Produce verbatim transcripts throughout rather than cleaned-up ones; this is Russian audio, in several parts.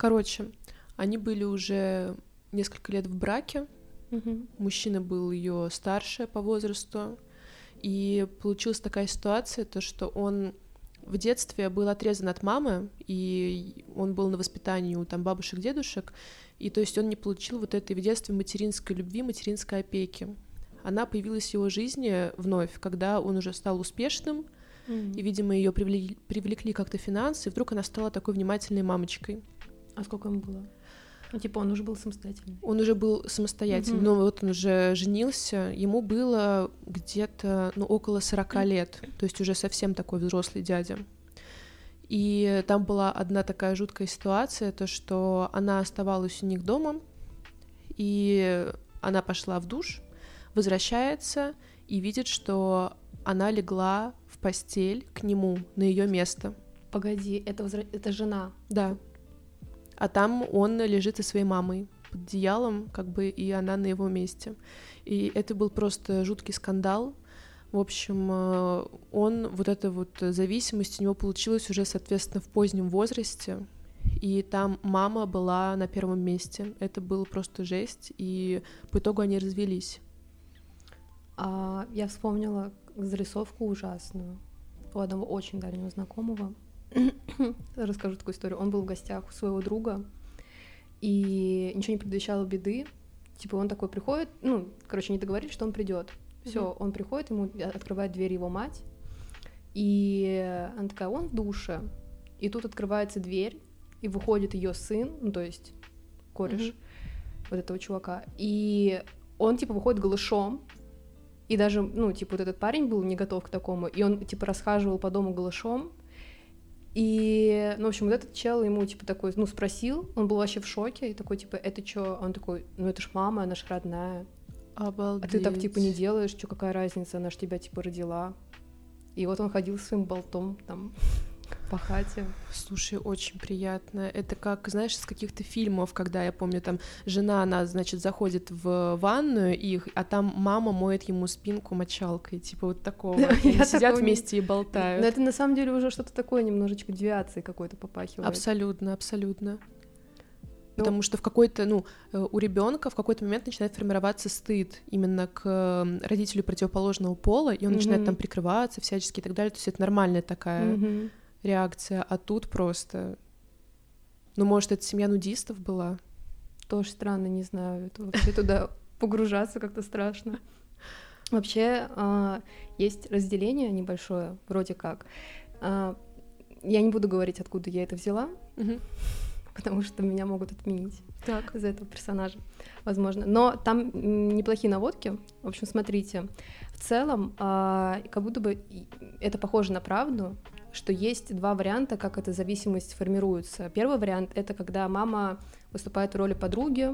Короче, они были уже несколько лет в браке. Угу. Мужчина был ее старше по возрасту. И получилась такая ситуация, то, что он в детстве был отрезан от мамы, и он был на воспитании у там бабушек, дедушек, и то есть он не получил вот этой в детстве материнской любви, материнской опеки. Она появилась в его жизни вновь, когда он уже стал успешным, mm-hmm. и, видимо, ее привлекли, привлекли как-то финансы, и вдруг она стала такой внимательной мамочкой. А сколько ему было? Ну, типа он уже был самостоятельный. Он уже был самостоятельный, mm-hmm. но вот он уже женился, ему было где-то, ну, около сорока лет, то есть уже совсем такой взрослый дядя. И там была одна такая жуткая ситуация, то, что она оставалась у них дома, и она пошла в душ, возвращается и видит, что она легла в постель к нему на ее место. Погоди, это, возра... это жена? Да. А там он лежит со своей мамой под одеялом, как бы, и она на его месте. И это был просто жуткий скандал. В общем, он, вот эта вот зависимость у него получилась уже, соответственно, в позднем возрасте, и там мама была на первом месте. Это было просто жесть, и по итогу они развелись. А я вспомнила зарисовку ужасную у одного очень дальнего знакомого. Расскажу такую историю. Он был в гостях у своего друга, и ничего не предвещало беды. Типа он такой приходит, ну, короче, не договорились, что он придет. Все, mm-hmm. он приходит, ему открывает дверь его мать, и она такая, он в душе. И тут открывается дверь, и выходит ее сын, ну, то есть кореш mm-hmm. вот этого чувака. И он, типа, выходит голышом, и даже, ну, типа, вот этот парень был не готов к такому, и он, типа, расхаживал по дому голышом. И, ну, в общем, вот этот чел ему, типа, такой, ну, спросил, он был вообще в шоке, и такой, типа, это чё? Он такой, ну, это ж мама, она ж родная. Обалдеть. А ты так, типа, не делаешь, чё, какая разница, она ж тебя, типа, родила. И вот он ходил своим болтом, там, по хате. Слушай, очень приятно. Это как, знаешь, из каких-то фильмов, когда, я помню, там, жена, она, значит, заходит в ванную, их, а там мама моет ему спинку мочалкой, типа, вот такого. Они сидят вместе и болтают. Но это, на самом деле, уже что-то такое немножечко девиацией какой-то попахивает. Абсолютно, абсолютно. Потому ну, что в какой-то, ну, у ребенка в какой-то момент начинает формироваться стыд именно к родителю противоположного пола, и он mm-hmm. начинает там прикрываться всячески и так далее. То есть это нормальная такая mm-hmm. реакция. А тут просто... Ну, может, это семья нудистов была? Тоже странно, не знаю. Это вообще туда погружаться как-то страшно. Вообще есть разделение небольшое, вроде как. Я не буду говорить, откуда я это взяла, потому что меня могут отменить так. за этого персонажа, возможно. Но там неплохие наводки. В общем, смотрите, в целом, а, как будто бы это похоже на правду, что есть два варианта, как эта зависимость формируется. Первый вариант — это когда мама выступает в роли подруги,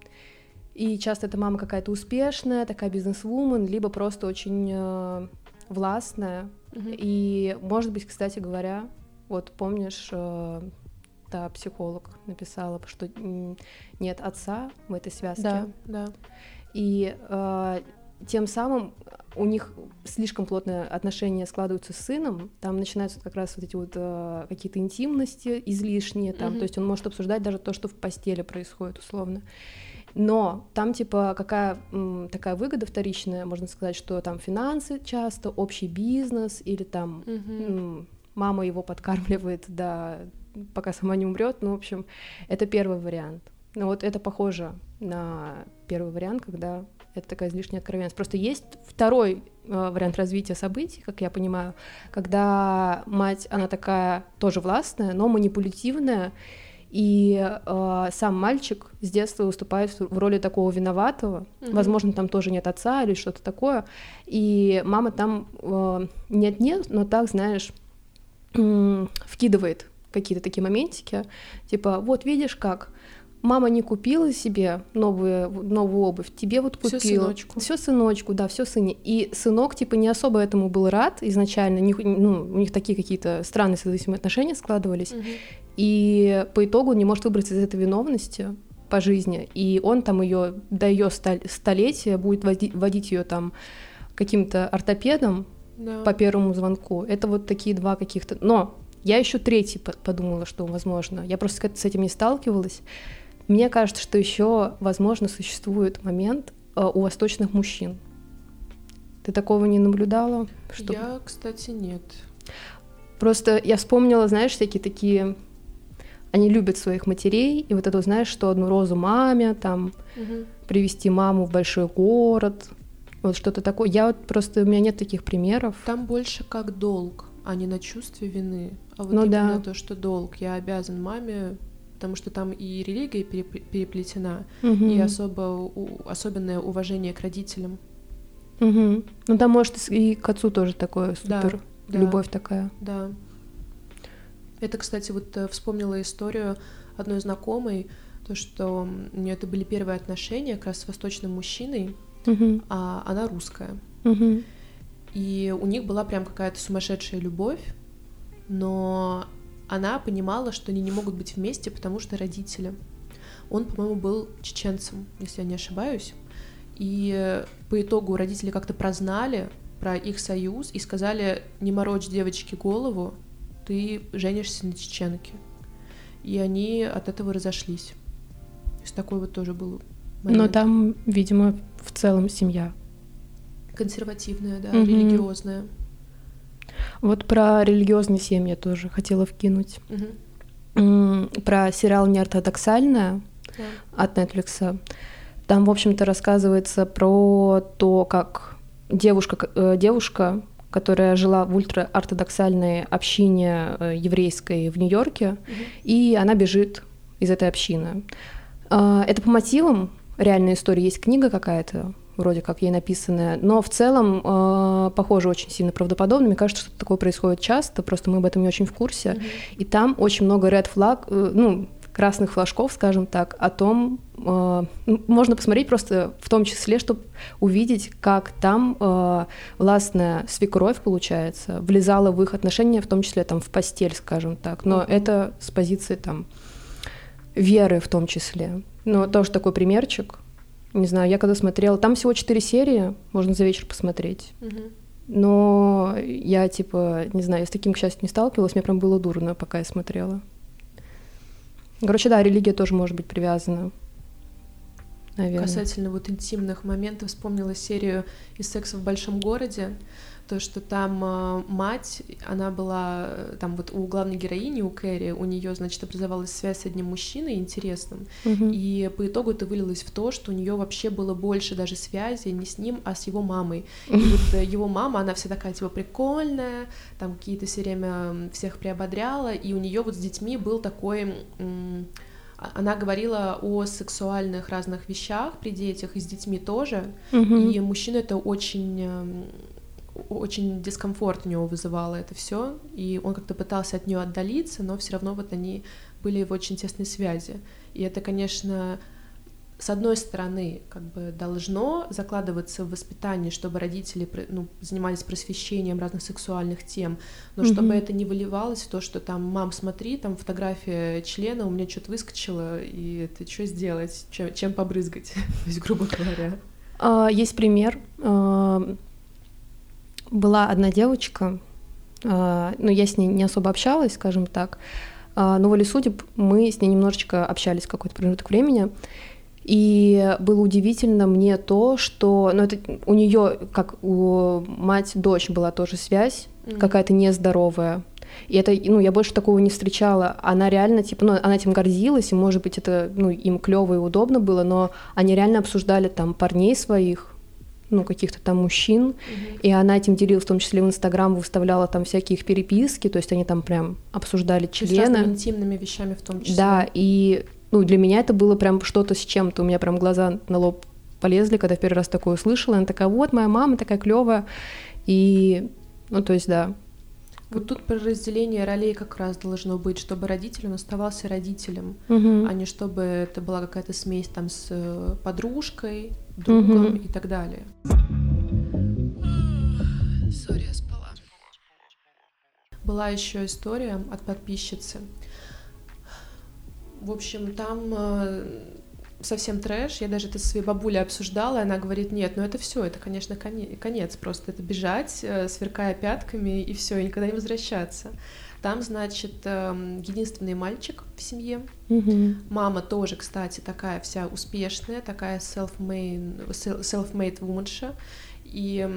и часто эта мама какая-то успешная, такая бизнес-вумен, либо просто очень э, властная. Mm-hmm. И, может быть, кстати говоря, вот помнишь... Э, Да, психолог написала, что нет отца в этой связке. Да, да. И э, тем самым у них слишком плотные отношения складываются с сыном, там начинаются как раз вот эти вот э, какие-то интимности излишние, там, mm-hmm. то есть он может обсуждать даже то, что в постели происходит, условно. Но там, типа, какая м, такая выгода вторичная, можно сказать, что там финансы часто, общий бизнес, или там mm-hmm. м, мама его подкармливает, да, пока сама не умрет. Ну, в общем, это первый вариант. Но вот это похоже на первый вариант, когда это такая излишняя откровенность. Просто есть второй э, вариант развития событий, как я понимаю, когда мать, она такая тоже властная, но манипулятивная, и э, сам мальчик с детства выступает в роли такого виноватого. Mm-hmm. Возможно, там тоже нет отца или что-то такое. И мама там э, нет-нет, но так, знаешь, э, вкидывает какие-то такие моментики, типа, вот видишь как, мама не купила себе новую, новую обувь, тебе вот купила. Всё сыночку. Всё сыночку, да, всё сыне. И сынок, типа, не особо этому был рад изначально, не, ну, у них такие какие-то странные созависимые отношения складывались, угу. И по итогу он не может выбраться из этой виновности по жизни, и он там ее до ее столетия будет водить, водить ее там каким-то ортопедом, да. По первому звонку. Это вот такие два каких-то... Но Я еще третий подумала, что возможно. Я просто с этим не сталкивалась. Мне кажется, что еще, возможно, существует момент у восточных мужчин. Ты такого не наблюдала? Что... Я, кстати, нет. Просто я вспомнила, знаешь, всякие такие... Они любят своих матерей, и вот это, знаешь, что одну розу маме, там, угу. привезти маму в большой город, вот что-то такое. Я вот просто... У меня нет таких примеров. Там больше как долг, а не на чувстве вины. А вот ну, именно да. то, что долг. Я обязан маме, потому что там и религия переплетена, угу. и особо, особенное уважение к родителям. Угу. Ну, там, может, и к отцу тоже такое супер да, любовь да, такая. Да. Это, кстати, вот вспомнила историю одной знакомой, то, что у нее это были первые отношения как раз с восточным мужчиной, угу. а она русская. Угу. И у них была прям какая-то сумасшедшая любовь, но она понимала, что они не могут быть вместе, потому что родители. Он, по-моему, был чеченцем, если я не ошибаюсь. И по итогу родители как-то прознали про их союз и сказали: не морочь девочке голову, ты женишься на чеченке. И они от этого разошлись. То есть такой вот тоже был момент. Но там, видимо, в целом семья. Консервативная, да, угу. религиозная. Вот про религиозные семьи я тоже хотела вкинуть. Угу. Про сериал «Неортодоксальная» да. от Netflix. Там, в общем-то, рассказывается про то, как девушка, девушка, которая жила в ультраортодоксальной общине еврейской в Нью-Йорке, mm-hmm. и она бежит из этой общины. Это по мотивам реальной истории. Есть книга какая-то, вроде как ей написанная, но в целом похоже очень сильно правдоподобно. Мне кажется, что такое происходит часто, просто мы об этом не очень в курсе. Mm-hmm. И там очень много red flag, ну, красных флажков, скажем так, о том, э, можно посмотреть просто в том числе, чтобы увидеть, как там э, властная свекровь, получается, влезала в их отношения, в том числе там в постель, скажем так, но mm-hmm. это с позиции там веры в том числе. Но тоже такой примерчик, не знаю, я когда смотрела, там всего четыре серии, можно за вечер посмотреть. Mm-hmm. Но я, типа, не знаю, я с таким, к счастью, не сталкивалась, мне прям было дурно, пока я смотрела. Короче, да, религия тоже может быть привязана, наверное. Касательно вот интимных моментов, вспомнила серию из «Секса в большом городе», то, что там э, мать, она была, там вот у главной героини, у Кэрри, у нее, значит, образовалась связь с одним мужчиной интересным, угу. и по итогу это вылилось в то, что у нее вообще было больше даже связи не с ним, а с его мамой. И вот его мама, она вся такая, типа, прикольная, там какие-то все время всех приободряла, и у нее вот с детьми был такой... М- Она говорила о сексуальных разных вещах при детях и с детьми тоже, угу. и мужчина это очень... очень дискомфорт у него вызывало это все, и он как-то пытался от нее отдалиться, но все равно вот они были в очень тесной связи. И это, конечно, с одной стороны, как бы должно закладываться в воспитании, чтобы родители, ну, занимались просвещением разных сексуальных тем, но mm-hmm. чтобы это не выливалось в то, что там: мам, смотри, там фотография члена, у меня что-то выскочило, и это что сделать, чем, чем побрызгать, то есть, грубо говоря. Uh, есть пример. Uh... Была одна девочка, э, ну, я с ней не особо общалась, скажем так, э, но волей судеб мы с ней немножечко общались какой-то промежуток времени, и было удивительно мне то, что, ну, это у нее, как у мать-дочь, была тоже связь mm-hmm. какая-то нездоровая, и это, ну, я больше такого не встречала. Она реально, типа, ну, она этим гордилась, и, может быть, это, ну, им клево и удобно было, но они реально обсуждали там парней своих, ну, каких-то там мужчин, mm-hmm. и она этим делилась, в том числе в Инстаграм, выставляла там всякие их переписки, то есть они там прям обсуждали члены. То есть разными интимными вещами в том числе. Да, и, ну, для меня это было прям что-то с чем-то, у меня прям глаза на лоб полезли, когда в первый раз такое услышала, она такая: вот, моя мама такая клевая, и, ну, то есть, да. Вот тут про разделение ролей как раз должно быть, чтобы родитель, он оставался родителем, угу. а не чтобы это была какая-то смесь там с подружкой, другом угу. и так далее. Сори, я спала. Была еще история от подписчицы. В общем, там совсем трэш. Я даже это со своей бабулей обсуждала, и она говорит: нет, ну это все, это, конечно, конец, просто это бежать, сверкая пятками, и все, и никогда не возвращаться. Там, значит, единственный мальчик в семье. Угу. Мама тоже, кстати, такая вся успешная, такая self-made, self-made womanша. И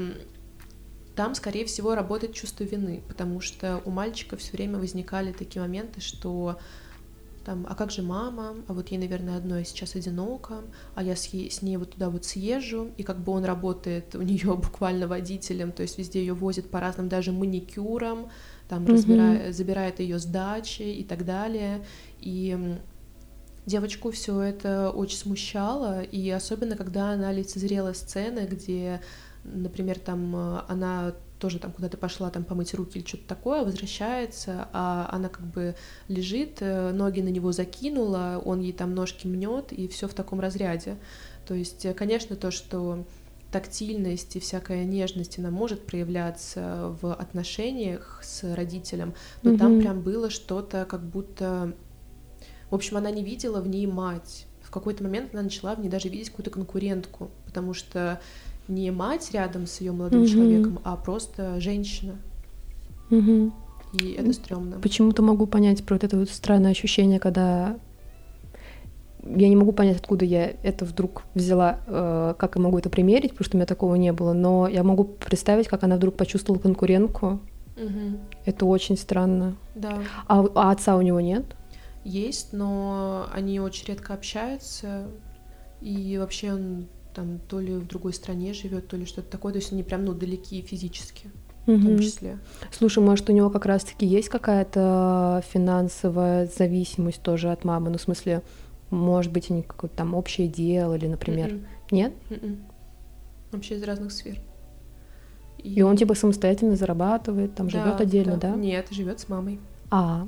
там, скорее всего, работает чувство вины, потому что у мальчика все время возникали такие моменты, что там, а как же мама, а вот ей, наверное, одной сейчас одиноко, а я с, ей, с ней вот туда вот съезжу, и как бы он работает у нее буквально водителем, то есть везде ее возит по разным даже маникюрам, там mm-hmm. разбирает, забирает ее с дачи и так далее, и девочку все это очень смущало, и особенно когда она лицезрела сцены, где, например, там она тоже там куда-то пошла там помыть руки или что-то такое, возвращается, а она как бы лежит, ноги на него закинула, он ей там ножки мнет, и все в таком разряде. То есть, конечно, то, что тактильность и всякая нежность, она может проявляться в отношениях с родителем, но mm-hmm. там прям было что-то, как будто... В общем, она не видела в ней мать. В какой-то момент она начала в ней даже видеть какую-то конкурентку, потому что не мать рядом с ее молодым mm-hmm. человеком, а просто женщина. Mm-hmm. И это стрёмно. Почему-то могу понять про вот это вот странное ощущение, когда я не могу понять, откуда я это вдруг взяла, э, как я могу это примерить, потому что у меня такого не было, но я могу представить, как она вдруг почувствовала конкурентку. Mm-hmm. Это очень странно. Да. А, а отца у него нет? Есть, но они очень редко общаются, и вообще он там то ли в другой стране живет, то ли что-то такое, то есть они прям, ну, далеки физически, угу. в том числе. Слушай, может, у него как раз-таки есть какая-то финансовая зависимость тоже от мамы, ну, в смысле, может быть, они какое-то там общее дело или, например, Mm-mm. нет? Mm-mm. Вообще из разных сфер. И, и он типа самостоятельно зарабатывает, там да, живет отдельно, да. да? Нет, живет с мамой. А,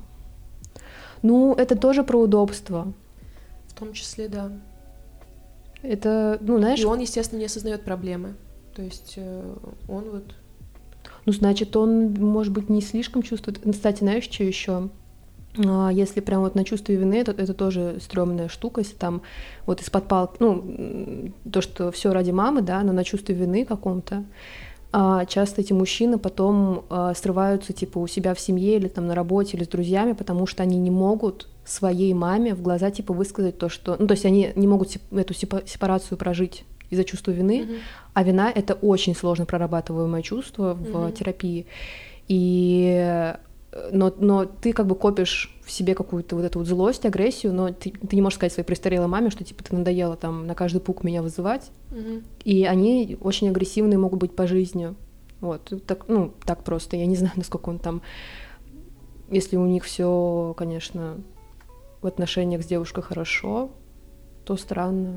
ну, это тоже про удобство. В том числе, да. Это, ну, знаешь... И он, естественно, не осознает проблемы. То есть э, он вот... Ну, значит, он, может быть, не слишком чувствует... Кстати, знаешь, что еще? Если прям вот на чувстве вины, это, это тоже стрёмная штука, если там вот из-под палки... Ну, то, что все ради мамы, да, но на чувстве вины каком-то. А часто эти мужчины потом а, срываются типа у себя в семье или там на работе или с друзьями, потому что они не могут своей маме в глаза типа высказать то, что... Ну, то есть они не могут сеп- эту сепа- сепарацию прожить из-за чувства вины, mm-hmm. а вина — это очень сложно прорабатываемое чувство в mm-hmm. терапии. И... Но, но ты как бы копишь в себе какую-то вот эту вот злость, агрессию, но ты, ты не можешь сказать своей престарелой маме, что типа ты надоела там на каждый пук меня вызывать. Mm-hmm. И они очень агрессивные могут быть по жизни. Вот, так, ну, так просто. Я не знаю, насколько он там... Если у них все, конечно, в отношениях с девушкой хорошо, то странно.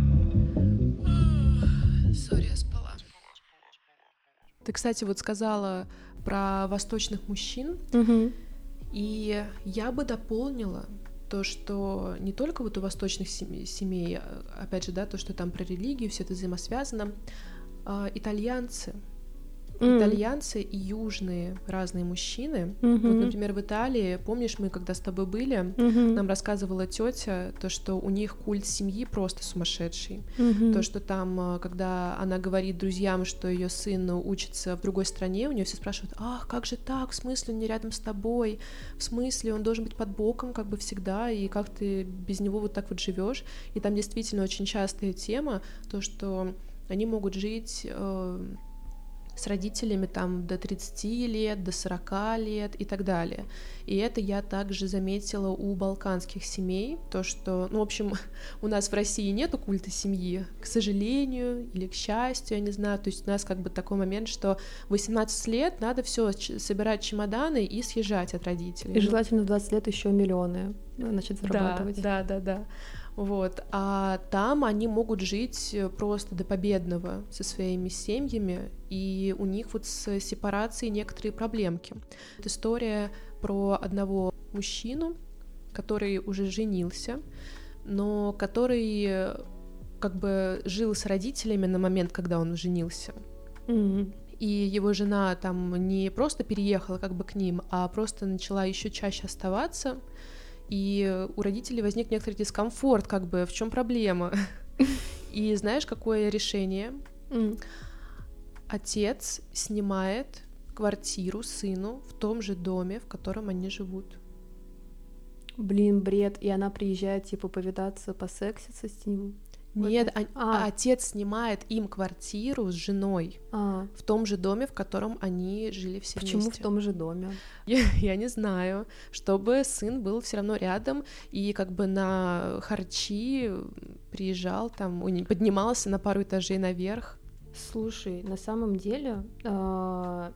Сори, я спала. Ты, кстати, вот сказала про восточных мужчин, угу. и я бы дополнила то, что не только вот у восточных семей, опять же, да, то, что там про религию, все это взаимосвязано, а, итальянцы, mm. итальянцы и южные разные мужчины. Mm-hmm. Вот, например, в Италии, помнишь, мы когда с тобой были, mm-hmm. нам рассказывала тетя то, что у них культ семьи просто сумасшедший. Mm-hmm. То, что там, когда она говорит друзьям, что ее сын учится в другой стране, у нее все спрашивают: ах, как же так, в смысле он не рядом с тобой, в смысле он должен быть под боком как бы всегда, и как ты без него вот так вот живешь. И там действительно очень частая тема, то, что они могут жить э, с родителями там до тридцати лет, до сорока лет и так далее. И это я также заметила у балканских семей, то, что, ну, в общем, у нас в России нету культа семьи, к сожалению, или к счастью, я не знаю, то есть у нас как бы такой момент, что в восемнадцать лет надо все собирать чемоданы и съезжать от родителей. И желательно в двадцать лет еще миллионы, значит, зарабатывать. Да, да, да, да. Вот, а там они могут жить просто до победного со своими семьями, и у них вот с сепарацией некоторые проблемки. Это история про одного мужчину, который уже женился, но который как бы жил с родителями на момент, когда он женился. Mm-hmm. И его жена там не просто переехала как бы к ним, а просто начала еще чаще оставаться. И у родителей возник некоторый дискомфорт, как бы, в чем проблема? И знаешь, какое решение? Mm. Отец снимает квартиру сыну в том же доме, в котором они живут. Блин, бред. И она приезжает, типа, повидаться, посекситься с ним? Нет, вот а, а. отец снимает им квартиру с женой а. в том же доме, в котором они жили все Почему вместе. Почему в том же доме? Я, я не знаю, чтобы сын был все равно рядом и как бы на харчи приезжал, там поднимался на пару этажей наверх. Слушай, на самом деле, э,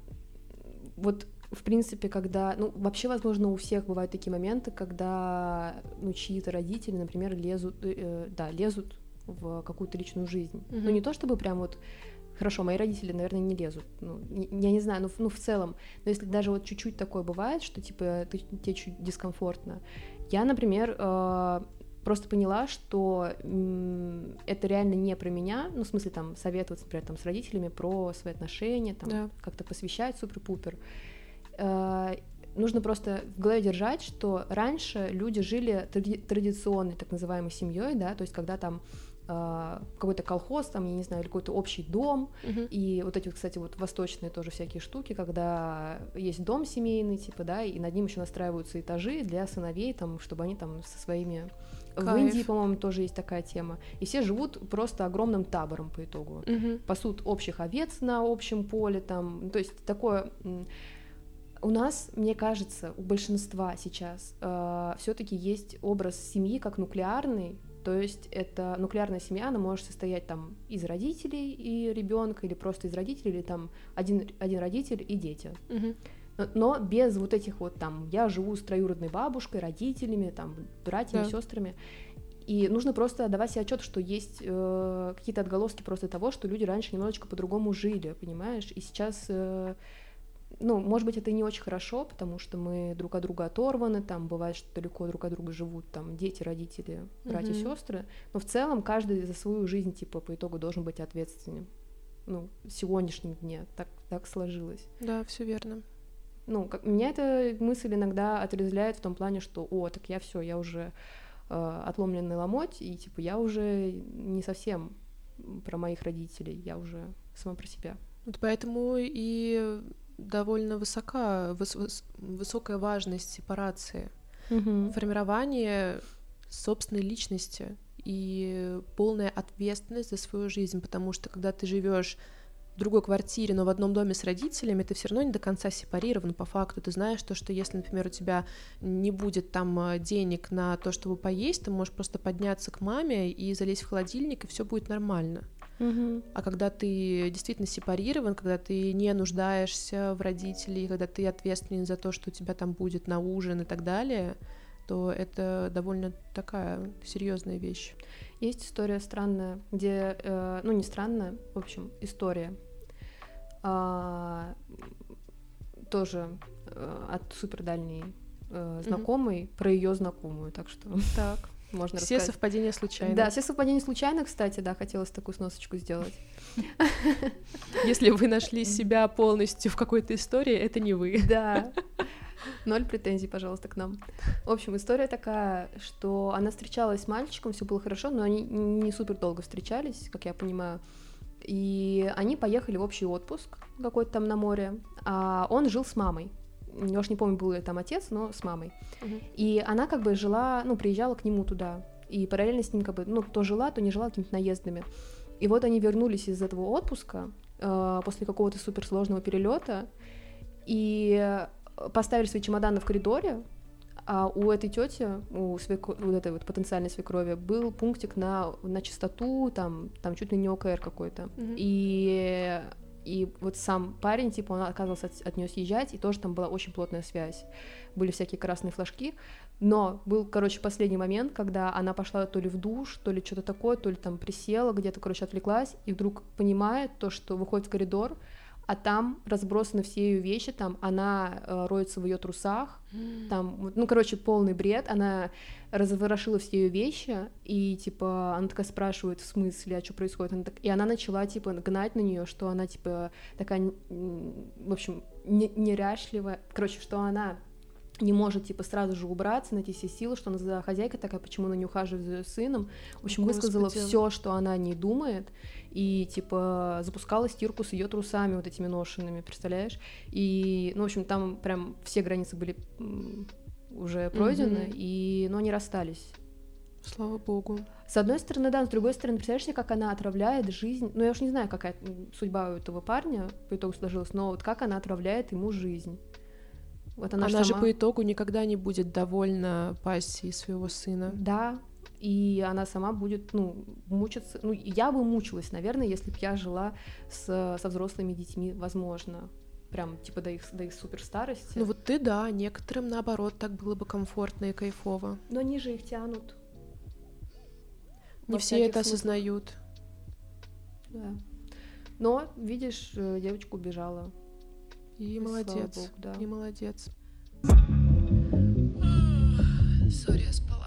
вот в принципе, когда, ну, вообще, возможно, у всех бывают такие моменты, когда, ну, чьи-то родители, например, лезут, э, да, лезут в какую-то личную жизнь. Mm-hmm. Ну, не то чтобы прям вот, хорошо, мои родители, наверное, не лезут, ну, не, я не знаю, ну, ну, в целом, но если даже вот чуть-чуть такое бывает, что, типа, ты, тебе чуть дискомфортно, я, например, э, просто поняла, что м, это реально не про меня, ну, в смысле, там, советоваться, например, там, с родителями про свои отношения, там, да. как-то посвящать супер-пупер. Э, нужно просто в голове держать, что раньше люди жили тради- традиционной, так называемой семьей, да, то есть когда там э, какой-то колхоз, там, я не знаю, или какой-то общий дом, uh-huh. и вот эти вот, кстати, вот восточные тоже всякие штуки, когда есть дом семейный, типа, да, и над ним еще настраиваются этажи для сыновей, там, чтобы они там со своими... Кайф. В Индии, по-моему, тоже есть такая тема. И все живут просто огромным табором по итогу. Uh-huh. Пасут общих овец на общем поле, там, то есть такое... У нас, мне кажется, у большинства сейчас э, все-таки есть образ семьи как нуклеарный, то есть это нуклеарная семья, она может состоять там из родителей и ребенка, или просто из родителей, или там один, один родитель и дети. Uh-huh. Но, но без вот этих вот там, я живу с троюродной бабушкой, родителями, там, братьями, да. сестрами. И нужно просто давать себе отчет, что есть э, какие-то отголоски просто того, что люди раньше немножечко по-другому жили, понимаешь? И сейчас... Э, Ну, может быть, это и не очень хорошо, потому что мы друг от друга оторваны, там бывает, что далеко друг от друга живут там дети, родители, братья, mm-hmm. сестры, но в целом каждый за свою жизнь, типа, по итогу должен быть ответственным. Ну, в сегодняшнем дне так, так сложилось. Да, все верно. Ну, как, меня эта мысль иногда отрезвляет в том плане, что, о, так я все, я уже э, отломленный ломоть, и, типа, я уже не совсем про моих родителей, я уже сама про себя. Вот поэтому и... довольно высока, выс, выс, высокая важность сепарации, mm-hmm. формирование собственной личности и полная ответственность за свою жизнь, потому что когда ты живешь в другой квартире, но в одном доме с родителями, ты все равно не до конца сепарирован по факту. Ты знаешь то, что если, например, у тебя не будет там денег на то, чтобы поесть, ты можешь просто подняться к маме и залезть в холодильник, и все будет нормально. Uh-huh. А когда ты действительно сепарирован, когда ты не нуждаешься в родителей, когда ты ответственен за то, что у тебя там будет на ужин и так далее, то это довольно такая серьезная вещь. Есть история странная, где, э, ну не странная, в общем, история а, тоже э, от супердальней э, знакомой uh-huh. про ее знакомую, так что так. Можно все рассказать. Совпадения случайны. Да, все совпадения случайны, кстати, да, хотелось такую сносочку сделать. Если вы нашли себя полностью в какой-то истории, это не вы. Да. Ноль претензий, пожалуйста, к нам. В общем, история такая, что она встречалась с мальчиком, все было хорошо, но они не супер долго встречались, как я понимаю. И они поехали в общий отпуск какой-то там на море, а он жил с мамой. Я уж не помню, был ли там отец, но с мамой. Uh-huh. И она как бы жила, ну, приезжала к нему туда. И параллельно с ним как бы, ну, то жила, то не жила какими-то наездами. И вот они вернулись из этого отпуска э, после какого-то суперсложного перелета и поставили свои чемоданы в коридоре, а у этой тети, у свекро... вот этой вот потенциальной свекрови, был пунктик на, на чистоту, там, там чуть ли не ОКР какой-то. Uh-huh. И... И вот сам парень, типа, он отказывался от, от нее съезжать, и тоже там была очень плотная связь. Были всякие красные флажки. Но был, короче, последний момент, когда она пошла то ли в душ, то ли что-то такое, то ли там присела, где-то, короче, отвлеклась, и вдруг понимает то, что выходит в коридор, а там разбросаны все ее вещи, там она э, роется в ее трусах, mm. там, ну, короче, полный бред, она разворошила все ее вещи, и, типа, она такая спрашивает, в смысле, а что происходит, она так... и она начала, типа, гнать на нее, что она, типа, такая, в общем, неряшливая, короче, что она не может, типа, сразу же убраться, найти все силы, что она за хозяйка такая, почему она не ухаживает за ее сыном, в общем, Господи. Высказала все, что она о ней думает, и, типа, запускала стирку с ее трусами вот этими ношенными, представляешь? И, ну, в общем, там прям все границы были уже пройдены, mm-hmm. и, но они расстались. Слава богу. С одной стороны, да, с другой стороны, представляешь себе, как она отравляет жизнь, ну, я уж не знаю, какая судьба у этого парня по итогу сложилась, но вот как она отравляет ему жизнь. Вот она, она же сама... же по итогу никогда не будет довольна пассией своего сына. Да, и она сама будет, ну, мучиться. Ну, я бы мучилась, наверное, если бы я жила с, со взрослыми детьми, возможно. Прям, типа, до их, до их суперстарости. Ну вот ты, да, некоторым, наоборот, так было бы комфортно и кайфово. Но они же их тянут. Не все это смыслах. Осознают. Да. Но, видишь, девочка убежала. И, и молодец, Богу, да. И молодец. Сори, я спала.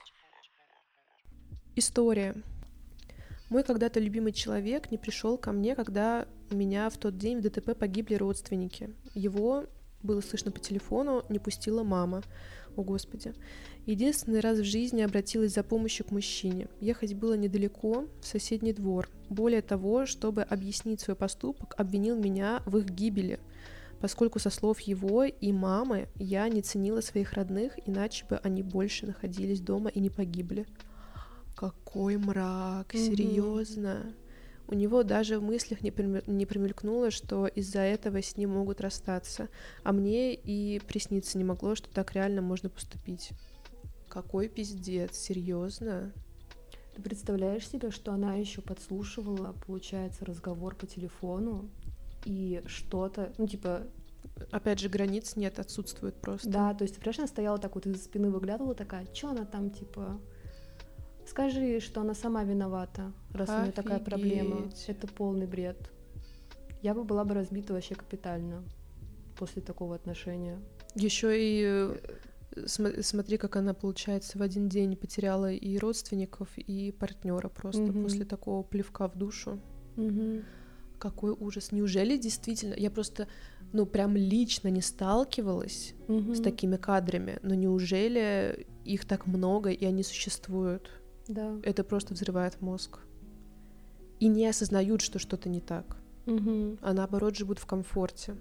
История. Мой когда-то любимый человек не пришел ко мне, когда у меня в тот день в ДТП погибли родственники. Его, было слышно по телефону, не пустила мама. О, Господи. Единственный раз в жизни обратилась за помощью к мужчине. Ехать было недалеко, в соседний двор. Более того, чтобы объяснить свой поступок, обвинил меня в их гибели, поскольку со слов его и мамы я не ценила своих родных, иначе бы они больше находились дома и не погибли. Какой мрак, mm-hmm. серьезно. У него даже в мыслях не, примель... не промелькнуло, что из-за этого с ним могут расстаться. А мне и присниться не могло, что так реально можно поступить. Какой пиздец, серьезно. Ты представляешь себе, что она еще подслушивала, получается, разговор по телефону и что-то, ну типа... Опять же, границ нет, отсутствует просто. Да, то есть, представляешь, она стояла так вот из-за спины, выглядывала такая, что она там, типа... Скажи, что она сама виновата, раз Офигеть. У нее такая проблема. Это полный бред. Я бы была бы разбита вообще капитально после такого отношения. Еще и смотри, как она, получается, в один день потеряла и родственников, и партнера просто mm-hmm. после такого плевка в душу. Mm-hmm. Какой ужас. Неужели действительно... Я просто, ну, прям лично не сталкивалась mm-hmm. с такими кадрами, но неужели их так много, и они существуют? Да. Это просто взрывает мозг. И не осознают, что что-то не так. Угу. А наоборот, живут в комфорте.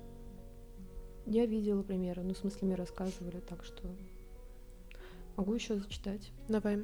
Я видела примеры. Ну, в смысле, мне рассказывали, так что... Могу еще зачитать. Давай.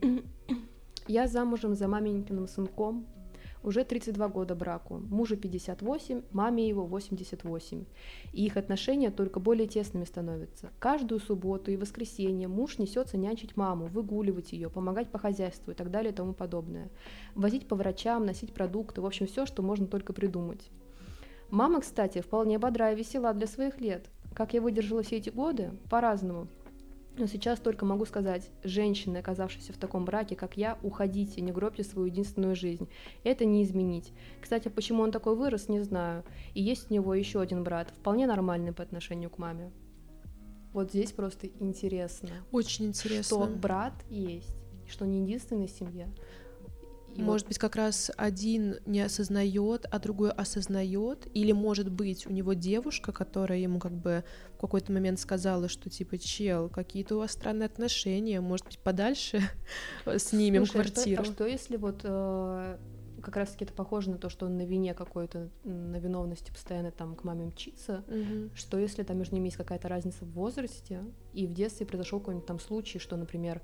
Я замужем за маменькиным сынком. Уже тридцать два года браку. Мужу пятьдесят восемь, маме его восемьдесят восемь. И их отношения только более тесными становятся. Каждую субботу и воскресенье муж несется нянчить маму, выгуливать ее, помогать по хозяйству и так далее и тому подобное. Возить по врачам, носить продукты, в общем, все, что можно только придумать. Мама, кстати, вполне бодрая и весела для своих лет. Как я выдержала все эти годы? По-разному. Но сейчас только могу сказать, женщины, оказавшиеся в таком браке, как я, уходите, не гробьте свою единственную жизнь. Это не изменить. Кстати, почему он такой вырос, не знаю. И есть у него еще один брат, вполне нормальный по отношению к маме. Вот здесь просто интересно. Очень интересно. Что брат есть, что не единственная семья. И может вот... быть, как раз один не осознает, а другой осознает, или, может быть, у него девушка, которая ему как бы в какой-то момент сказала, что типа, чел, какие-то у вас странные отношения, может быть, подальше снимем Слушай, квартиру. А что, а что если вот э, как раз-таки это похоже на то, что он на вине какой-то, на виновности постоянно там к маме мчится, угу. что если там между ними есть какая-то разница в возрасте, и в детстве произошел какой-нибудь там случай, что, например,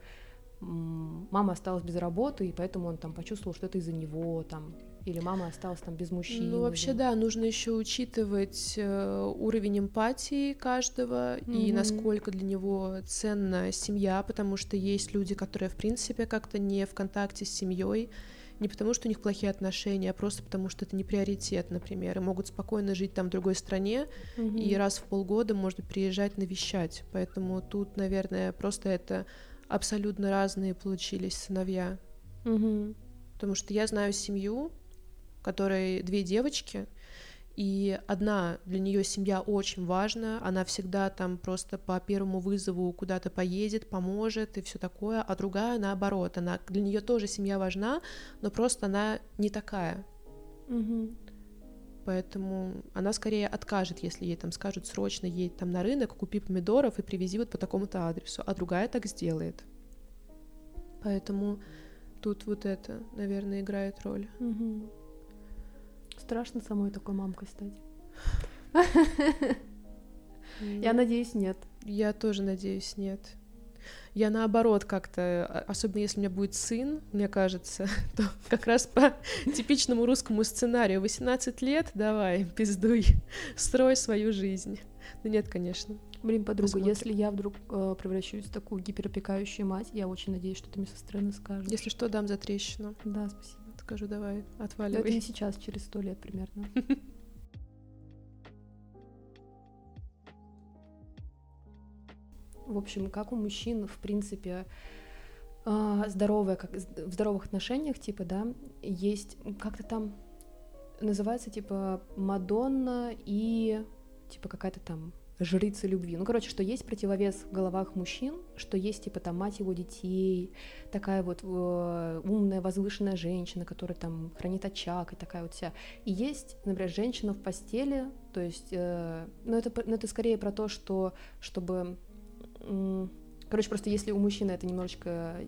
мама осталась без работы, и поэтому он там почувствовал, что это из-за него, там, или мама осталась там без мужчины. Ну, вообще, да, нужно еще учитывать э, уровень эмпатии каждого mm-hmm. и насколько для него ценна семья, потому что есть люди, которые, в принципе, как-то не в контакте с семьей, не потому что у них плохие отношения, а просто потому что это не приоритет, например, и могут спокойно жить там в другой стране mm-hmm. и раз в полгода, может быть, приезжать навещать. Поэтому тут, наверное, просто это абсолютно разные получились сыновья. Угу. Потому что я знаю семью, в которой две девочки, и одна, для нее семья очень важна, она всегда там просто по первому вызову куда-то поедет, поможет и все такое, а другая наоборот, она, для нее тоже семья важна, но просто она не такая. Угу. Поэтому она скорее откажет, если ей там скажут срочно едь там на рынок, купи помидоров и привези вот по такому-то адресу, а другая так сделает. Поэтому тут вот это, наверное, играет роль. Угу. Страшно самой такой мамкой стать. Я надеюсь, нет. Я тоже надеюсь, нет. Я наоборот как-то, особенно если у меня будет сын, мне кажется, то как раз по типичному русскому сценарию: восемнадцать лет, давай, пиздуй, строй свою жизнь. Ну нет, конечно. Блин, подруга, Посмотрим. Если я вдруг э, превращусь в такую гиперопекающую мать, я очень надеюсь, что ты мне со стороны скажешь. Если что, дам за трещину. Да, спасибо. Скажу, давай, отваливай. Но это не сейчас, через сто лет примерно. В общем, как у мужчин, в принципе, здоровые, как в здоровых отношениях, типа, да, есть как-то там называется, типа, Мадонна и, типа, какая-то там жрица любви. Ну, короче, что есть противовес в головах мужчин, что есть, типа, там, мать его детей, такая вот э, умная, возвышенная женщина, которая там хранит очаг и такая вот вся. И есть, например, женщина в постели, то есть, э, ну, это, ну, это скорее про то, что, чтобы... М- короче, просто если у мужчины это немножечко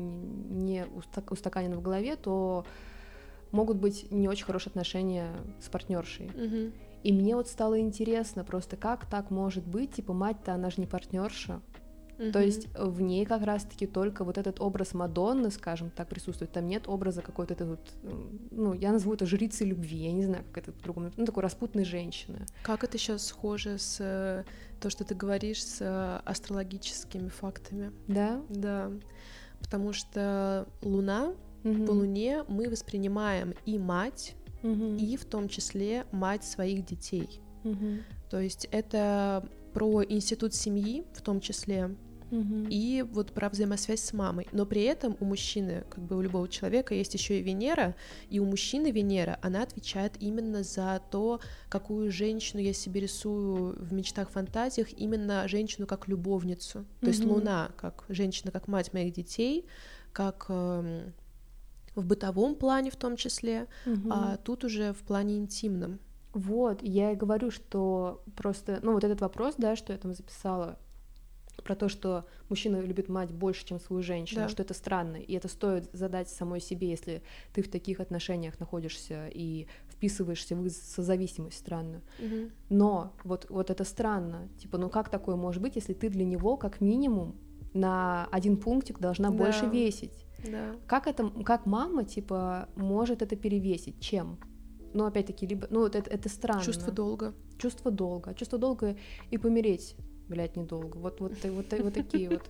не устаканено в голове, то могут быть не очень хорошие отношения с партнершей. Mm-hmm. И мне вот стало интересно просто, как так может быть, типа, мать-то, она же не партнерша. Mm-hmm. То есть в ней как раз-таки только вот этот образ Мадонны, скажем так, присутствует. Там нет образа какой-то этой вот, ну, я назову это жрицей любви, я не знаю, как это по-другому, ну, такой распутной женщины. Как это сейчас схоже с то, что ты говоришь, с астрологическими фактами? Да? Да, потому что Луна, mm-hmm. по Луне мы воспринимаем и мать, Mm-hmm. и в том числе мать своих детей. Mm-hmm. То есть это про институт семьи в том числе, mm-hmm. и вот про взаимосвязь с мамой. Но при этом у мужчины, как бы у любого человека, есть еще и Венера, и у мужчины Венера, она отвечает именно за то, какую женщину я себе рисую в мечтах, фантазиях, именно женщину как любовницу. Mm-hmm. То есть Луна как женщина, как мать моих детей, как... Э, в бытовом плане в том числе, угу. а тут уже в плане интимном. Вот, я и говорю, что просто, ну вот этот вопрос, да, что я там записала, про то, что мужчина любит мать больше, чем свою женщину, да. что это странно, и это стоит задать самой себе, если ты в таких отношениях находишься и вписываешься в созависимость странную. Угу. Но вот, вот это странно, типа, ну как такое может быть, если ты для него как минимум на один пунктик должна да. больше весить? Да. Как это, как мама, типа, может это перевесить? Чем? Ну, опять-таки, либо, ну, это, это странно. Чувство долга. Чувство долга. Чувство долга и помереть, блядь, недолго. Вот, вот, вот, вот, вот такие вот.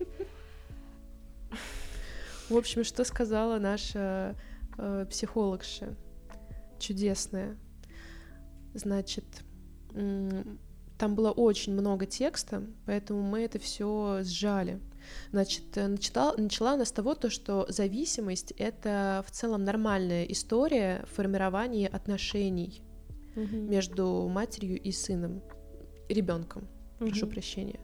В общем, что сказала наша э, психологша? Чудесная. Значит, м- там было очень много текста, поэтому мы это все сжали. Значит, начала, начала она с того, то, что зависимость — это в целом нормальная история формирования отношений mm-hmm. между матерью и сыном, ребенком, mm-hmm. прошу прощения.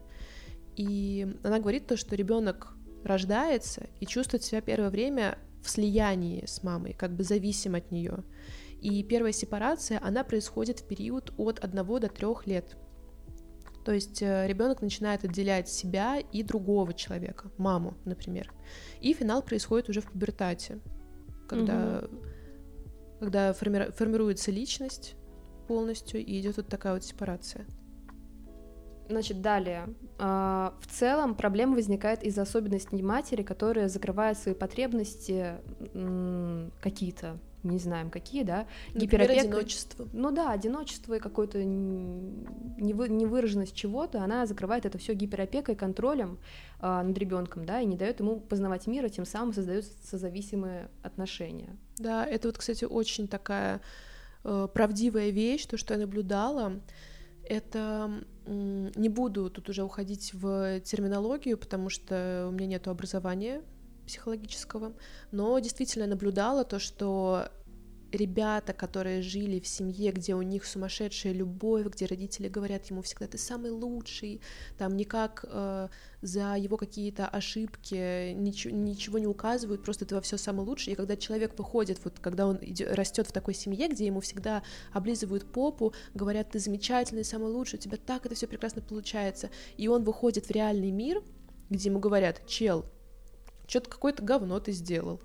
И она говорит то, что ребенок рождается и чувствует себя первое время в слиянии с мамой, как бы зависим от нее. И первая сепарация, она происходит в период от одного до трех лет. То есть ребенок начинает отделять себя и другого человека, маму, например. И финал происходит уже в пубертате, когда, угу. когда форми- формируется личность полностью, и идет вот такая вот сепарация. Значит, далее. В целом проблема возникает из-за особенностей матери, которая закрывает свои потребности какие-то, не знаем какие, да, гиперопека. Одиночество. Ну да, одиночество и какой-то невыраженность чего-то, она закрывает это все гиперопекой, контролем а, над ребенком, да, и не дает ему познавать мир, и тем самым создают созависимые отношения. Да, это вот, кстати, очень такая э, правдивая вещь, то, что я наблюдала. Это м- не буду тут уже уходить в терминологию, потому что у меня нету образования психологического, но действительно наблюдала то, что ребята, которые жили в семье, где у них сумасшедшая любовь, где родители говорят ему всегда: ты самый лучший, там никак э, за его какие-то ошибки ничего, ничего не указывают, просто ты во все самый лучший. И когда человек выходит, вот когда он растет в такой семье, где ему всегда облизывают попу, говорят: ты замечательный, самый лучший, у тебя так это все прекрасно получается, и он выходит в реальный мир, где ему говорят: чел, что-то какое-то говно ты сделал.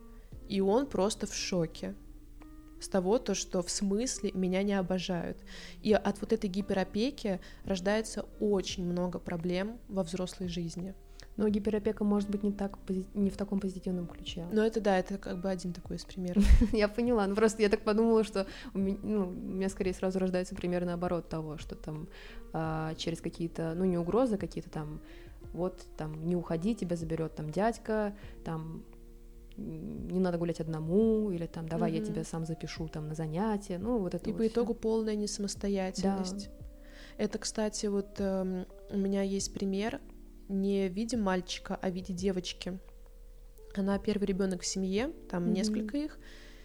И он просто в шоке с того, то, что в смысле меня не обожают. И от вот этой гиперопеки рождается очень много проблем во взрослой жизни. Но гиперопека может быть не, так, не в таком позитивном ключе. Ну это да, это как бы один такой из примеров. Я поняла, ну просто я так подумала, что у меня, ну, у меня скорее сразу рождается пример наоборот того, что там а, через какие-то, ну не угрозы, какие-то там, вот там не уходи, тебя заберет там дядька, там не надо гулять одному, или там давай mm-hmm. я тебя сам запишу там на занятия, ну вот это и вот по всё. итогу полная несамостоятельность. Да. Это, кстати, вот э, у меня есть пример не в виде мальчика, а в виде девочки. Она первый ребенок в семье, там mm-hmm. несколько их,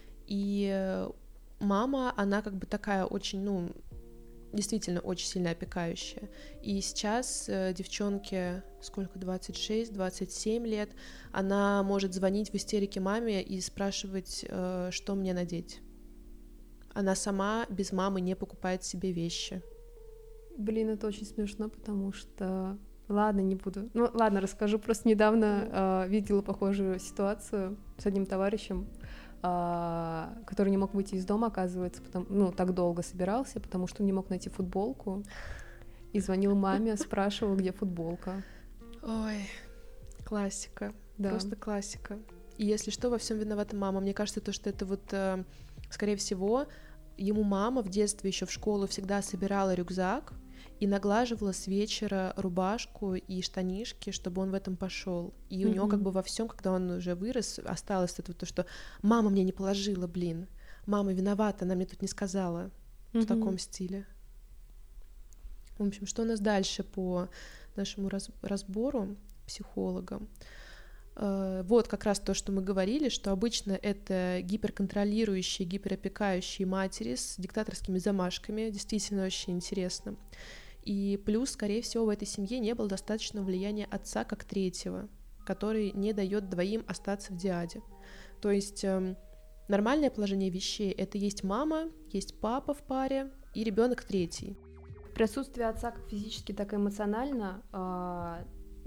и мама, она как бы такая очень, ну, действительно очень сильно опекающая. И сейчас э, девчонке, сколько, двадцать шесть двадцать семь лет, она может звонить в истерике маме и спрашивать, э, что мне надеть. Она сама без мамы не покупает себе вещи. Блин, это очень смешно, потому что... Ладно, не буду. Ну, ладно, расскажу. Просто недавно э, видела похожую ситуацию с одним товарищем, э, который не мог выйти из дома, оказывается, потому, ну, так долго собирался, потому что не мог найти футболку. И звонил маме, спрашивал, где футболка. Ой, классика. Да. Просто классика. И если что, во всем виновата мама. Мне кажется, то, что это вот, э, скорее всего, ему мама в детстве еще в школу всегда собирала рюкзак и наглаживала с вечера рубашку и штанишки, чтобы он в этом пошел. И mm-hmm. у него как бы во всем, когда он уже вырос, осталось это то, что мама мне не положила, блин, мама виновата, она мне тут не сказала. Mm-hmm. В таком стиле. В общем, что у нас дальше по нашему раз- разбору психологам? Вот как раз то, что мы говорили, что обычно это гиперконтролирующие, гиперопекающие матери с диктаторскими замашками, действительно очень интересно. И плюс, скорее всего, в этой семье не было достаточно влияния отца как третьего, который не дает двоим остаться в диаде. То есть э, нормальное положение вещей — это есть мама, есть папа в паре и ребенок третий. Присутствие отца как физически, так и эмоционально, э,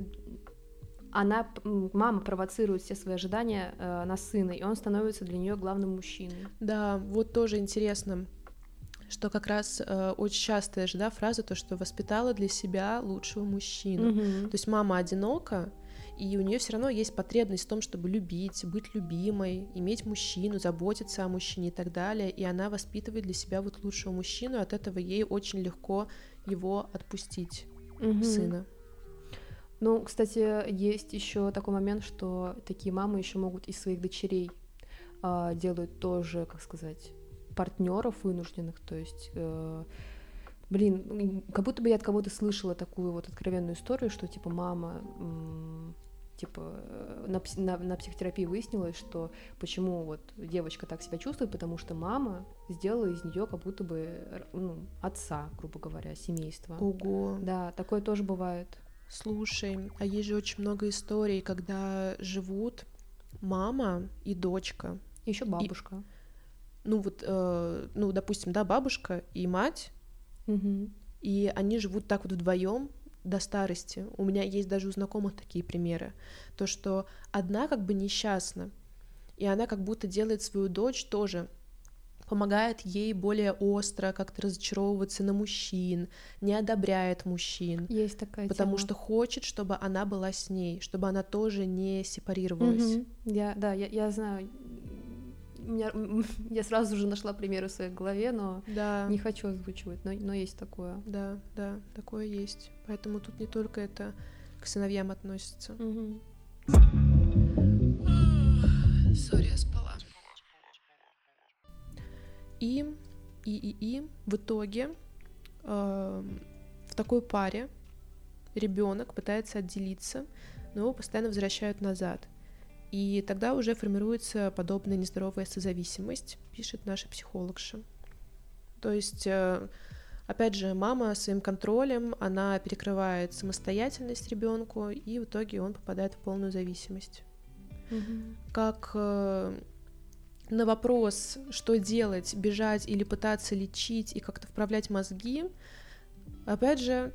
она, мама провоцирует все свои ожидания э, на сына, и он становится для нее главным мужчиной. Да, вот тоже интересно, что как раз э, очень частая же, да, фраза, то, что воспитала для себя лучшего мужчину. Mm-hmm. То есть мама одинока, и у нее все равно есть потребность в том, чтобы любить, быть любимой, иметь мужчину, заботиться о мужчине и так далее, и она воспитывает для себя вот лучшего мужчину, и от этого ей очень легко его отпустить, mm-hmm. сына. Ну, кстати, есть еще такой момент, что такие мамы еще могут из своих дочерей э, делают тоже, как сказать, партнеров вынужденных, то есть, э, блин, как будто бы я от кого-то слышала такую вот откровенную историю, что типа мама, м, типа на, на, на психотерапии выяснилось, что почему вот девочка так себя чувствует, потому что мама сделала из нее как будто бы, ну, отца, грубо говоря, семейства. Ого. Да, такое тоже бывает. Слушай, а есть же очень много историй, когда живут мама и дочка. Еще бабушка. И, ну вот, э, ну, допустим, да, бабушка и мать, угу. и они живут так вот вдвоем до старости. У меня есть даже у знакомых такие примеры. То, что одна как бы несчастна, и она как будто делает свою дочь тоже, помогает ей более остро как-то разочаровываться на мужчин, не одобряет мужчин. Есть такая потому тема. Что хочет, чтобы она была с ней, чтобы она тоже не сепарировалась. Угу. Я, да, я, я знаю. У меня, я сразу же нашла примеры в своей голове, но да. не хочу озвучивать, но, но есть такое. Да, да, такое есть. Поэтому тут не только это к сыновьям относится. Угу. Сори, я спала. И, и, и, и в итоге э, в такой паре ребенок пытается отделиться, но его постоянно возвращают назад. И тогда уже формируется подобная нездоровая созависимость, пишет наша психологша. То есть, э, опять же, мама своим контролем, она перекрывает самостоятельность ребенку, и в итоге он попадает в полную зависимость. Mm-hmm. Как э, на вопрос, что делать, бежать или пытаться лечить и как-то вправлять мозги, опять же,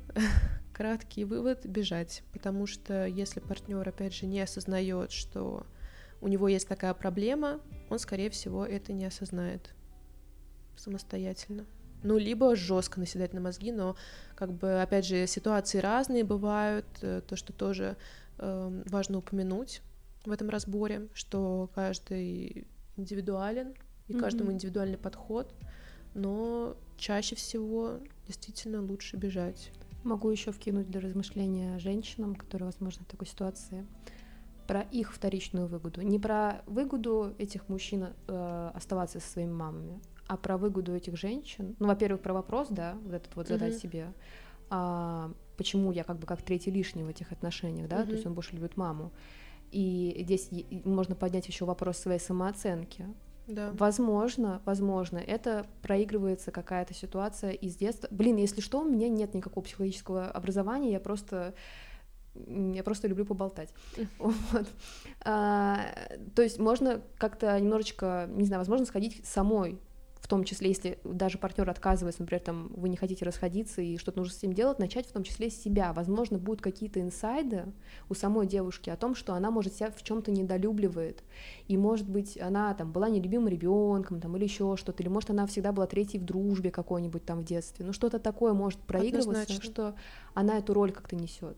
краткий вывод — бежать, потому что если партнер, опять же, не осознает, что у него есть такая проблема, он, скорее всего, это не осознает самостоятельно. Ну, либо жестко наседать на мозги, но, как бы, опять же, ситуации разные бывают, то, что тоже э, важно упомянуть в этом разборе, что каждый индивидуален, и каждому mm-hmm. индивидуальный подход, но чаще всего действительно лучше бежать. Могу еще вкинуть для размышления женщинам, которые, возможно, в такой ситуации, про их вторичную выгоду. Не про выгоду этих мужчин э, оставаться со своими мамами, а про выгоду этих женщин. Ну, во-первых, про вопрос, да, вот этот вот задать mm-hmm. себе, а, почему я как бы как третий лишний в этих отношениях, да, mm-hmm. то есть он больше любит маму. И здесь можно поднять еще вопрос своей самооценки. Да. Возможно, возможно, это проигрывается какая-то ситуация из детства. Блин, если что, у меня нет никакого психологического образования, я просто, я просто люблю поболтать. Вот. А, то есть можно как-то немножечко, не знаю, возможно, сходить самой, в том числе, если даже партнер отказывается, например, там, вы не хотите расходиться и что-то нужно с этим делать, начать в том числе с себя. Возможно, будут какие-то инсайды у самой девушки о том, что она, может, себя в чем-то недолюбливает, и, может быть, она там была нелюбимым ребенком, там, или еще что-то, или, может, она всегда была третьей в дружбе какой-нибудь там в детстве, ну, что-то такое может проигрываться, Однозначно. Что она эту роль как-то несет.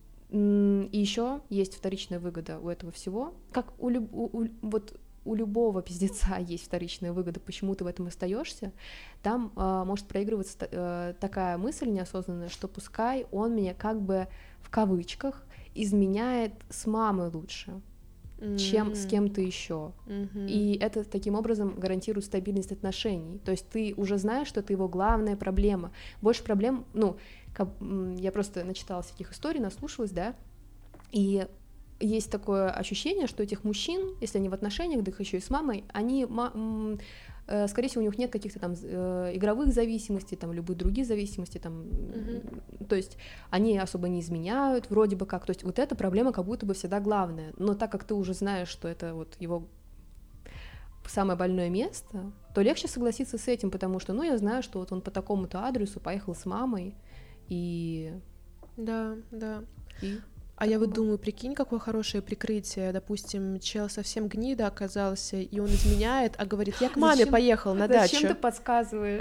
И еще есть вторичная выгода у этого всего, как у, люб... у, у вот у любого пиздеца есть вторичная выгода, почему ты в этом остаешься, там э, может проигрываться э, такая мысль неосознанная, что пускай он меня как бы в кавычках изменяет с мамой лучше, mm-hmm. чем с кем-то еще. Mm-hmm. И это таким образом гарантирует стабильность отношений. То есть ты уже знаешь, что это его главная проблема. Больше проблем, ну, как, я просто начитала всяких историй, наслушалась, да, и есть такое ощущение, что этих мужчин, если они в отношениях, да их еще и с мамой, они, э, скорее всего, у них нет каких-то там э, игровых зависимостей, там, любых других зависимостей, там, mm-hmm. то есть они особо не изменяют, вроде бы как, то есть вот эта проблема как будто бы всегда главная, но так как ты уже знаешь, что это вот его самое больное место, то легче согласиться с этим, потому что, ну, я знаю, что вот он по такому-то адресу поехал с мамой, и... Да, да. И... А я вот думаю, прикинь, какое хорошее прикрытие. Допустим, чел совсем гнида оказался, и он изменяет, а говорит, я к маме зачем, поехал на зачем дачу. Зачем ты подсказываешь?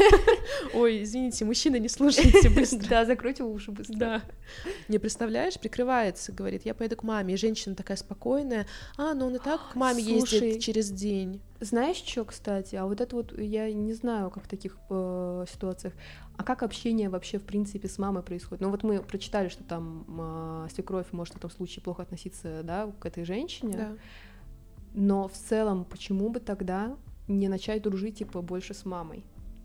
Ой, извините, мужчины, не слушайте быстро. Да, закройте уши быстро. Да. Не представляешь, прикрывается, говорит, я поеду к маме. И женщина такая спокойная, а, ну он и так к маме ездит через день. Знаешь, что, кстати, а вот это вот, я не знаю, как в таких э, ситуациях, а как общение вообще, в принципе, с мамой происходит? Ну вот мы прочитали, что там э, свекровь может в этом случае плохо относиться, да, к этой женщине, да. Но в целом, почему бы тогда не начать дружить, типа, больше с мамой?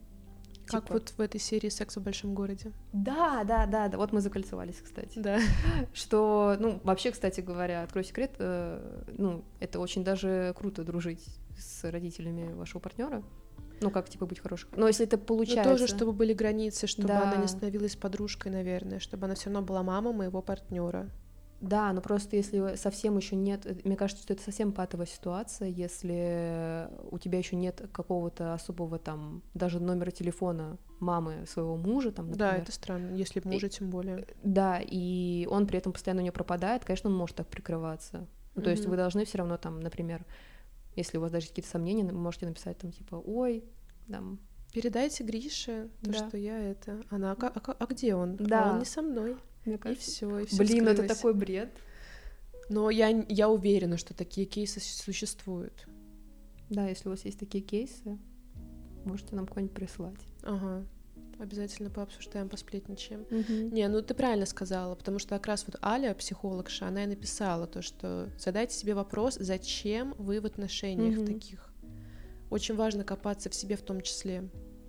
Как типа... вот в этой серии «Секс в большом городе». Да, да, да, да, вот мы закольцевались, кстати. Да. Что, ну, вообще, кстати говоря, открою секрет, э, ну, это очень даже круто дружить с родителями вашего партнера. Ну, как, типа, быть хорошим. Но если это получается... Ну, тоже, чтобы были границы, чтобы да. она не становилась подружкой, наверное, чтобы она все равно была мама моего партнера. Да, но просто если совсем еще нет, мне кажется, что это совсем патовая ситуация, если у тебя еще нет какого-то особого там, даже номера телефона мамы своего мужа, там, например. Да, это странно, если мужа и, тем более. Да, и он при этом постоянно у нее пропадает, конечно, он может так прикрываться. Ну, то mm-hmm. есть вы должны все равно там, например, если у вас даже какие-то сомнения, вы можете написать там типа, ой, там... Передайте Грише, то, да. что я это... Она, а, а, а где он? Да. А он не со мной. Мне кажется. И все, и все Блин, скрылось. это такой бред. Но я, я уверена, что такие кейсы существуют. Да, если у вас есть такие кейсы, можете нам кого-нибудь прислать. Ага. Обязательно пообсуждаем, посплетничаем. Угу. Не, ну ты правильно сказала, потому что как раз вот Аля, психологша, она и написала то, что задайте себе вопрос, зачем вы в отношениях угу. таких. Очень важно копаться в себе в том числе.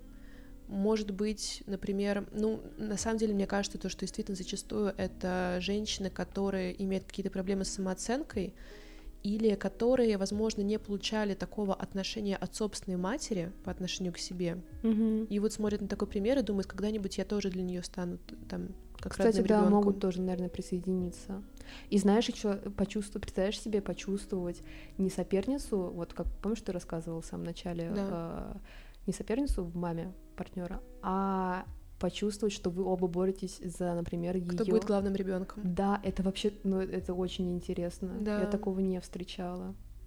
Может быть, например, ну, на самом деле, мне кажется, то, что действительно зачастую это женщины, которые имеют какие-то проблемы с самооценкой или которые, возможно, не получали такого отношения от собственной матери по отношению к себе. Mm-hmm. И вот смотрят на такой пример и думают, когда-нибудь я тоже для нее стану там, как Кстати, родным да, ребенком. могут тоже, наверное, присоединиться. И знаешь, еще почувствовать, представляешь себе, почувствовать не соперницу, вот как, помнишь, ты рассказывал в самом начале, да. э, не соперницу в маме партнера, а почувствовать, что вы оба боретесь за, например, ее. Кто будет главным ребенком? Да, это вообще, ну, это очень интересно. Да. Я такого не встречала.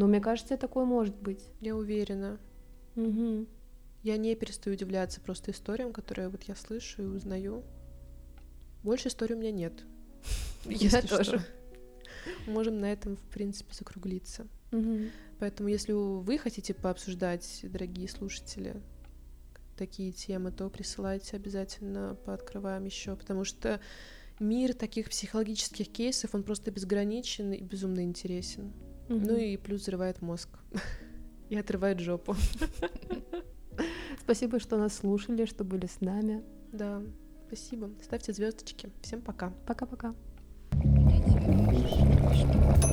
Но мне кажется, такое может быть. Я уверена. Угу. Я не перестаю удивляться просто историям, которые вот я слышу и узнаю. Больше историй у меня нет. Я тоже. Можем на этом, в принципе, закруглиться. Угу. Поэтому, если вы хотите пообсуждать, дорогие слушатели, такие темы, то присылайте обязательно, пооткрываем еще, потому что мир таких психологических кейсов, он просто безграничен и безумно интересен. Угу. Ну и плюс взрывает мозг и отрывает жопу. Спасибо, что нас слушали, что были с нами. Да, спасибо. Ставьте звездочки. Всем пока. Пока-пока. Я тебя вижу.